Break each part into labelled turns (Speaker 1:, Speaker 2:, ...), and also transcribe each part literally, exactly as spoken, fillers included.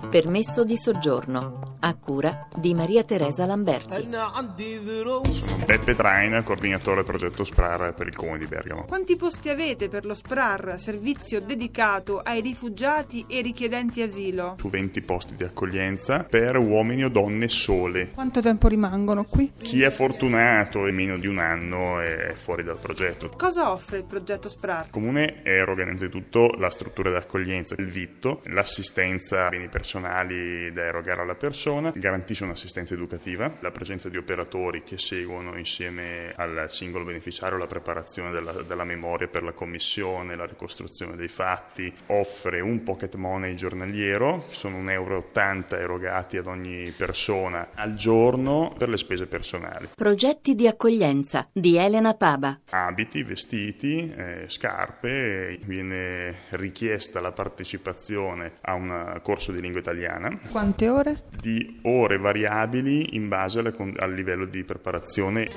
Speaker 1: Permesso di soggiorno, a cura di Maria Teresa Lamberti.
Speaker 2: Sono Beppe Traina, coordinatore progetto S P R A R per il Comune di Bergamo.
Speaker 3: Quanti posti avete per lo S P R A R, servizio dedicato ai rifugiati e richiedenti asilo?
Speaker 2: Su venti posti di accoglienza per uomini o donne sole.
Speaker 3: Quanto tempo rimangono qui?
Speaker 2: Chi è fortunato e meno di un anno è fuori dal progetto.
Speaker 3: Cosa offre il progetto S P R A R?
Speaker 2: Il Comune eroga innanzitutto la struttura d'accoglienza, il vitto, l'assistenza a beni personali da erogare alla persona, garantisce un'assistenza educativa, la presenza di operatori che seguono insieme al singolo beneficiario la preparazione della, della memoria per la commissione, la ricostruzione dei fatti, offre un pocket money giornaliero, sono un euro e ottanta erogati ad ogni persona al giorno per le spese personali.
Speaker 1: Progetti di accoglienza di Elena Paba.
Speaker 2: Abiti, vestiti, eh, scarpe, viene richiesta la partecipazione a un corso di lingua italiana.
Speaker 3: Quante ore?
Speaker 2: Di ore variabili in base alle, al livello di preparazione.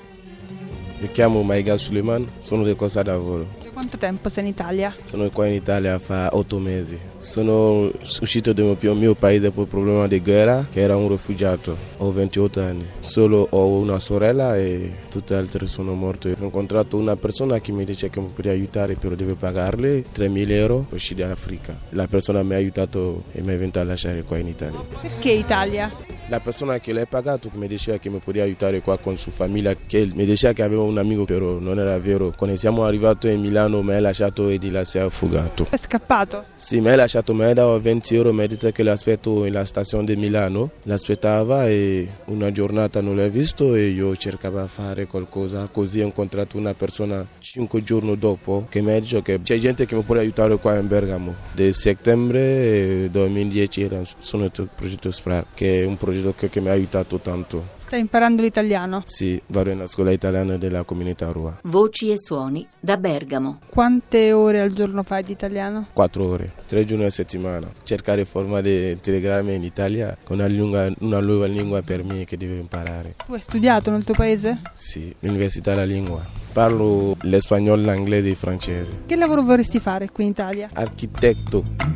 Speaker 4: Mi chiamo Maigal Suleiman, sono del Corsa da lavoro.
Speaker 3: Da quanto tempo sei in Italia?
Speaker 4: Sono qua in Italia fa otto mesi. Sono uscito dal mio, mio paese per problema di guerra, che era un rifugiato. Ho ventotto anni. Solo ho una sorella e tutte le altre sono morte. Ho incontrato una persona che mi dice che mi poteva aiutare, però deve pagarle tremila euro per uscire dall'Africa. La persona mi ha aiutato e mi è venuta a lasciare qua in Italia.
Speaker 3: Perché Italia?
Speaker 4: La persona che l'ha pagato mi diceva che mi poteva aiutare qua con sua famiglia, che mi diceva che aveva un amico, però non era vero. Quando siamo arrivati in Milano mi ha lasciato e di là si è affogato.
Speaker 3: È scappato?
Speaker 4: Sì, mi ha lasciato, mi ha dato venti euro, mi ha detto che l'aspetto nella stazione di Milano. L'aspettava e una giornata non l'ho visto e io cercavo di fare qualcosa. Così ho incontrato una persona cinque giorni dopo che mi ha detto che c'è gente che mi può aiutare qua in Bergamo. Da settembre duemiladieci sono il progetto S P R A R, che è un progetto che, che mi ha aiutato tanto.
Speaker 3: Stai imparando l'italiano?
Speaker 4: Sì, vado nella scuola italiana della comunità Rua.
Speaker 1: Voci e suoni da Bergamo.
Speaker 3: Quante ore al giorno fai di italiano?
Speaker 4: Quattro ore, tre giorni a settimana. Cercare forma di telegrammi in Italia con una, lingua, una nuova lingua per me che devo imparare.
Speaker 3: Tu hai studiato nel tuo paese?
Speaker 4: Sì, l'università della lingua. Parlo l'espagnolo, l'inglese e il francese.
Speaker 3: Che lavoro vorresti fare qui in Italia?
Speaker 4: Architetto.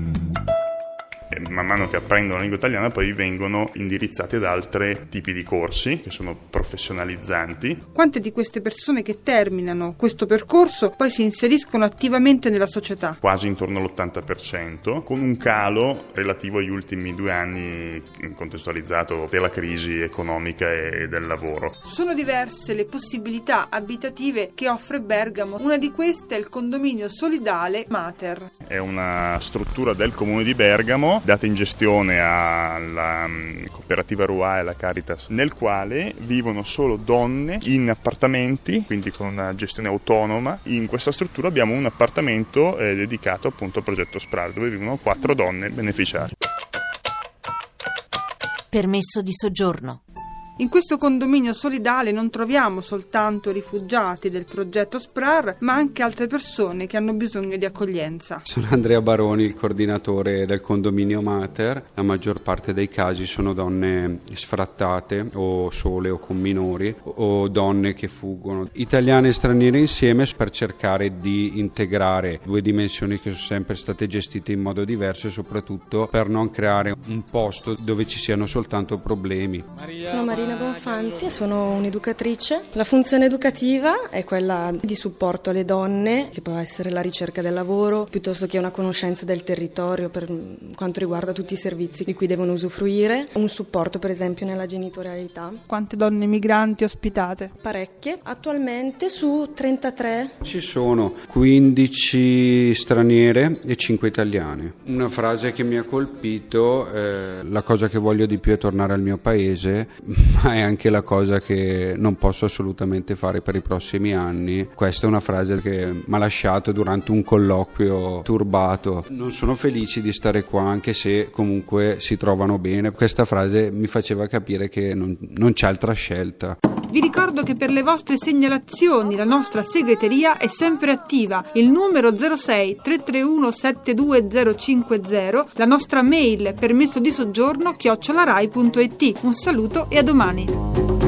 Speaker 2: Man mano che apprendono la lingua italiana poi vengono indirizzati ad altri tipi di corsi che sono professionalizzanti.
Speaker 3: Quante di queste persone che terminano questo percorso poi si inseriscono attivamente nella società?
Speaker 2: Quasi intorno all'ottanta per cento, con un calo relativo agli ultimi due anni contestualizzato della crisi economica e del lavoro.
Speaker 3: Sono diverse le possibilità abitative che offre Bergamo. Una di queste è il condominio solidale Mater.
Speaker 2: È una struttura del Comune di Bergamo data in gestione alla um, cooperativa Rua e alla Caritas, nel quale vivono solo donne in appartamenti, quindi con una gestione autonoma. In questa struttura abbiamo un appartamento eh, dedicato appunto al progetto S P R A R, dove vivono quattro donne beneficiarie.
Speaker 1: Permesso di soggiorno.
Speaker 3: In questo condominio solidale non troviamo soltanto rifugiati del progetto S P R A R, ma anche altre persone che hanno bisogno di accoglienza.
Speaker 5: Sono Andrea Baroni, il coordinatore del condominio Mater. La maggior parte dei casi sono donne sfrattate o sole o con minori o donne che fuggono. Italiane e straniere insieme per cercare di integrare due dimensioni che sono sempre state gestite in modo diverso e soprattutto per non creare un posto dove ci siano soltanto problemi.
Speaker 6: Sono Maria Bonfanti, sono un'educatrice. La funzione educativa è quella di supporto alle donne, che può essere la ricerca del lavoro, piuttosto che una conoscenza del territorio per quanto riguarda tutti i servizi di cui devono usufruire, un supporto per esempio nella genitorialità.
Speaker 3: Quante donne migranti ospitate?
Speaker 6: Parecchie, attualmente su trentatré.
Speaker 5: Ci sono quindici straniere e cinque italiane. Una frase che mi ha colpito, eh, la cosa che voglio di più è tornare al mio paese, ma è anche la cosa che non posso assolutamente fare per i prossimi anni. Questa è una frase che mi ha lasciato durante un colloquio turbato. Non sono felici di stare qua, anche se comunque si trovano bene. Questa frase mi faceva capire che non, non c'è altra scelta.
Speaker 3: Vi ricordo che per le vostre segnalazioni la nostra segreteria è sempre attiva. Il numero zero sei tre tre uno sette due zero cinque zero, la nostra mail permesso di soggiorno chiocciola rai punto it. Un saluto e a domani.